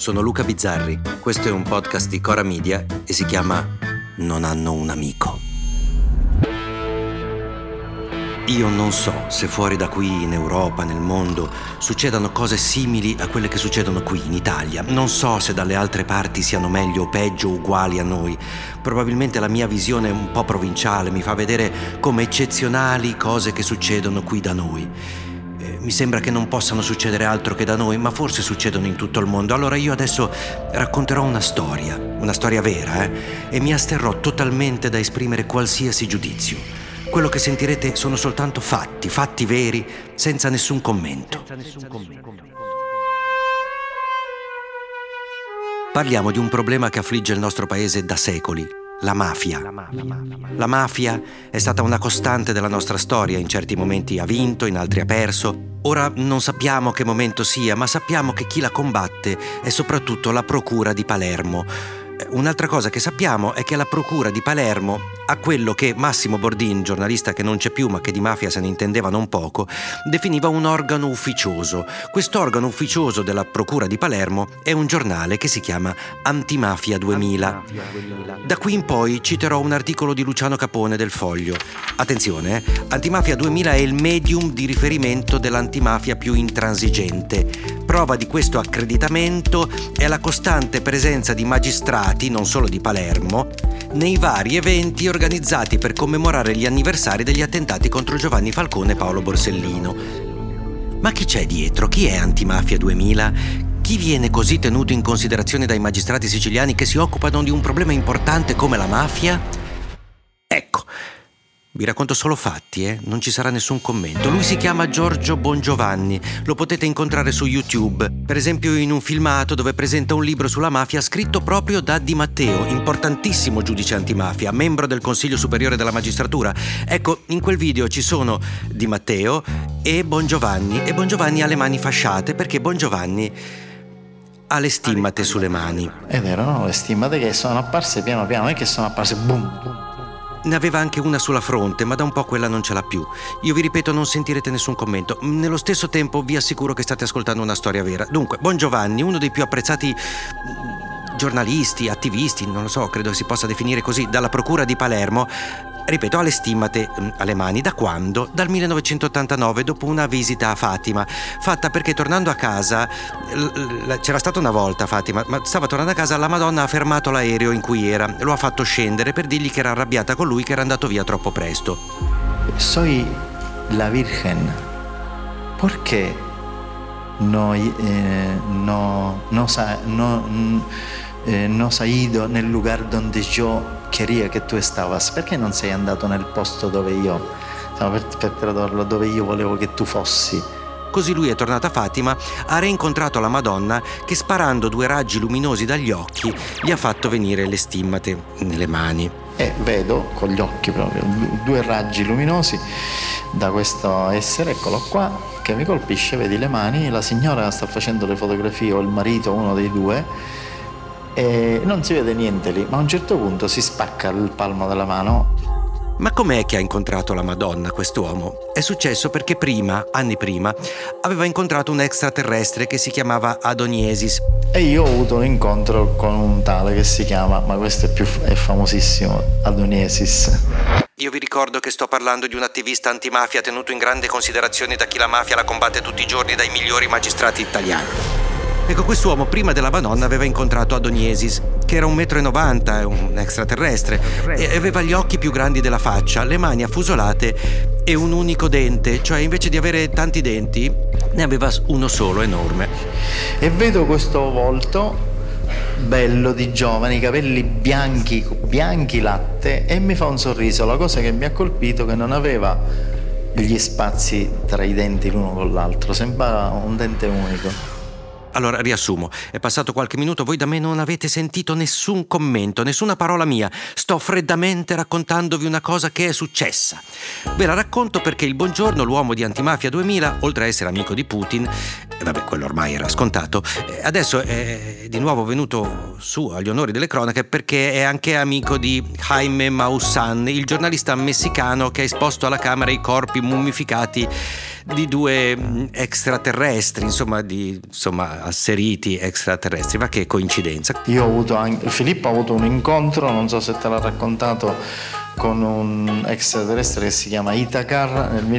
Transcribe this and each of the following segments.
sono Luca Bizzarri, questo è un podcast di Cora Media e si chiama Non hanno un amico. Io non so se fuori da qui, in Europa, nel mondo, succedano cose simili a quelle che succedono qui, in Italia. Non so se dalle altre parti siano meglio o peggio o uguali a noi. Probabilmente la mia visione è un po' provinciale, mi fa vedere come eccezionali cose che succedono qui da noi. Mi sembra che non possano succedere altro che da noi, ma forse succedono in tutto il mondo. Allora io adesso racconterò una storia vera, e mi asterrò totalmente da esprimere qualsiasi giudizio. Quello che sentirete sono soltanto fatti veri, senza nessun commento. Parliamo di un problema che affligge il nostro paese da secoli, la mafia. La mafia è stata una costante della nostra storia, in certi momenti ha vinto, in altri ha perso. Ora non sappiamo che momento sia, ma sappiamo che chi la combatte è soprattutto la Procura di Palermo. Un'altra cosa che sappiamo è che la Procura di Palermo ha quello che Massimo Bordin, giornalista che non c'è più ma che di mafia se ne intendeva non poco, definiva un organo ufficioso. Quest'organo ufficioso della Procura di Palermo è un giornale che si chiama Antimafia 2000. Da qui in poi citerò un articolo di Luciano Capone del Foglio. Attenzione, Antimafia 2000 è il medium di riferimento dell'antimafia più intransigente. Prova di questo accreditamento è la costante presenza di magistrati, non solo di Palermo, nei vari eventi organizzati per commemorare gli anniversari degli attentati contro Giovanni Falcone e Paolo Borsellino. Ma chi c'è dietro? Chi è Antimafia 2000? Chi viene così tenuto in considerazione dai magistrati siciliani che si occupano di un problema importante come la mafia? Ecco, vi racconto solo fatti, non ci sarà nessun commento. Lui si chiama Giorgio Bongiovanni, lo potete incontrare su YouTube, per esempio in un filmato dove presenta un libro sulla mafia scritto proprio da Di Matteo, importantissimo giudice antimafia, membro del Consiglio Superiore della Magistratura. Ecco, in quel video ci sono Di Matteo e Bongiovanni ha le mani fasciate perché Bongiovanni ha le stimmate sulle mani. È vero, no? Le stimmate che sono apparse piano piano, non è che sono apparse boom, boom. Ne aveva anche una sulla fronte, ma da un po' quella non ce l'ha più. Io vi ripeto, non sentirete nessun commento. Nello stesso tempo vi assicuro che state ascoltando una storia vera. Dunque, Bongiovanni, uno dei più apprezzati giornalisti, attivisti, non lo so, credo che si possa definire così, dalla Procura di Palermo, ripeto, ha le stimmate alle mani. Da quando? Dal 1989, dopo una visita a Fatima, fatta perché tornando a casa, c'era stata una volta Fatima, ma stava tornando a casa, la Madonna ha fermato l'aereo in cui era, lo ha fatto scendere per dirgli che era arrabbiata con lui, che era andato via troppo presto. Soy la Virgen, perché no has ido nel lugar donde yo quería que tu estabas? Perché non sei andato nel posto dove io, per tradurlo, dove io volevo che tu fossi? Così lui è tornato a Fatima, ha reincontrato la Madonna che sparando 2 raggi luminosi dagli occhi gli ha fatto venire le stimmate nelle mani. E vedo con gli occhi proprio 2 raggi luminosi da questo essere, eccolo qua, che mi colpisce, vedi le mani, la signora sta facendo le fotografie o il marito, uno dei due, e non si vede niente lì, ma a un certo punto si spacca il palmo della mano. Ma com'è che ha incontrato la Madonna quest'uomo? È successo perché anni prima, aveva incontrato un extraterrestre che si chiamava Adoniesis. E io ho avuto un incontro con un tale che si chiama, ma questo è famosissimo, Adoniesis. Io vi ricordo che sto parlando di un attivista antimafia tenuto in grande considerazione da chi la mafia la combatte tutti i giorni, dai migliori magistrati italiani. Ecco, quest'uomo prima della Madonna aveva incontrato Adoniesis, che era 1,90 m, un extraterrestre, e aveva gli occhi più grandi della faccia, le mani affusolate e un unico dente, cioè invece di avere tanti denti ne aveva uno solo enorme. E vedo questo volto bello di giovane, i capelli bianchi latte, e mi fa un sorriso. La cosa che mi ha colpito è che non aveva gli spazi tra i denti l'uno con l'altro, sembrava un dente unico. Allora, riassumo, è passato qualche minuto, voi da me non avete sentito nessun commento, nessuna parola mia. Sto freddamente raccontandovi una cosa che è successa. Ve la racconto perché il Buongiorno, l'uomo di Antimafia 2000, oltre a essere amico di Putin, vabbè, quello ormai era scontato, adesso è di nuovo venuto su agli onori delle cronache perché è anche amico di Jaime Maussan, il giornalista messicano che ha esposto alla Camera i corpi mummificati di due extraterrestri, insomma asseriti extraterrestri. Ma che coincidenza. Io ho avuto Filippo ha avuto un incontro, non so se te l'ha raccontato, con un extraterrestre che si chiama Itacar nel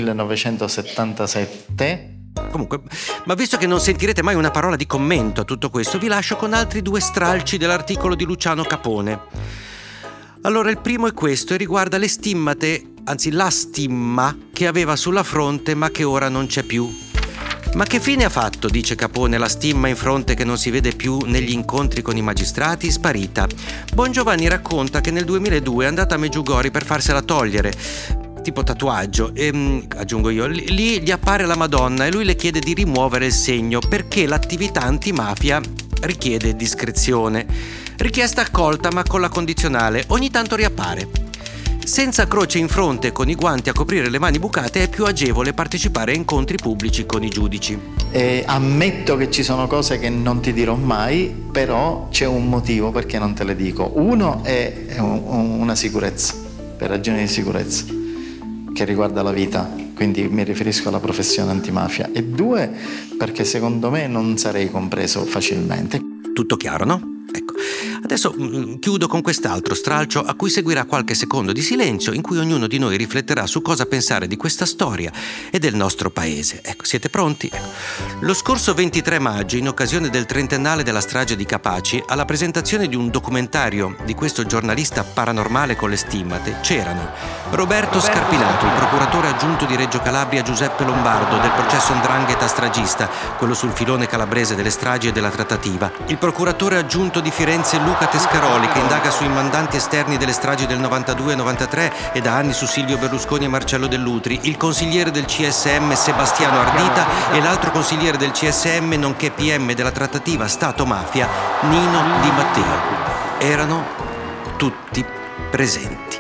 1977. Comunque, ma visto che non sentirete mai una parola di commento a tutto questo, vi lascio con altri due stralci dell'articolo di Luciano Capone. Allora, il primo è questo e riguarda le stimmate, anzi la stimma che aveva sulla fronte ma che ora non c'è più. Ma che fine ha fatto, dice Capone, la stimma in fronte che non si vede più negli incontri con i magistrati? Sparita. Bongiovanni racconta che nel 2002 è andata a Meggiugori per farsela togliere, tipo tatuaggio, e aggiungo io, lì gli appare la Madonna e lui le chiede di rimuovere il segno perché l'attività antimafia richiede discrezione. Richiesta accolta ma con la condizionale: ogni tanto riappare. Senza croce in fronte e con i guanti a coprire le mani bucate è più agevole partecipare a incontri pubblici con i giudici. Ammetto che ci sono cose che non ti dirò mai, però c'è un motivo perché non te le dico. Uno è una sicurezza, per ragioni di sicurezza, che riguarda la vita, quindi mi riferisco alla professione antimafia. E due, perché secondo me non sarei compreso facilmente. Tutto chiaro, no? Ecco, adesso chiudo con quest'altro stralcio a cui seguirà qualche secondo di silenzio in cui ognuno di noi rifletterà su cosa pensare di questa storia e del nostro paese. Ecco, siete pronti? Ecco. Lo scorso 23 maggio, in occasione del trentennale della strage di Capaci, alla presentazione di un documentario di questo giornalista paranormale con le stimmate, c'erano Roberto Scarpinato, il procuratore aggiunto di Reggio Calabria Giuseppe Lombardo del processo 'ndrangheta stragista, quello sul filone calabrese delle stragi e della trattativa, il procuratore aggiunto di Firenze Luca Tescaroli, che indaga sui mandanti esterni delle stragi del 92 e 93 e da anni su Silvio Berlusconi e Marcello Dell'Utri, il consigliere del CSM Sebastiano Ardita e l'altro consigliere del CSM nonché PM della trattativa Stato-Mafia Nino Di Matteo. Erano tutti presenti.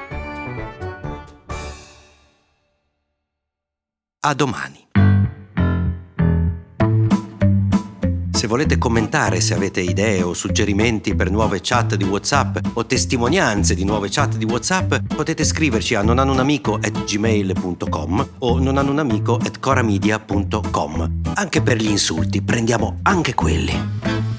A domani. Se volete commentare, se avete idee o suggerimenti per nuove chat di WhatsApp o testimonianze di nuove chat di WhatsApp, potete scriverci a nonhanunamico@gmail.com o nonhanunamico@coramedia.com. Anche per gli insulti, prendiamo anche quelli.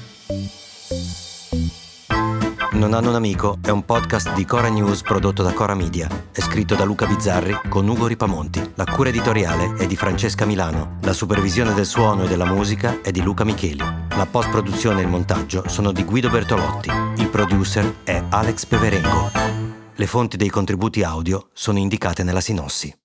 Non hanno un amico è un podcast di Cora News prodotto da Cora Media. È scritto da Luca Bizzarri con Ugo Ripamonti. La cura editoriale è di Francesca Milano. La supervisione del suono e della musica è di Luca Micheli. La post-produzione e il montaggio sono di Guido Bertolotti. Il producer è Alex Peverengo. Le fonti dei contributi audio sono indicate nella sinossi.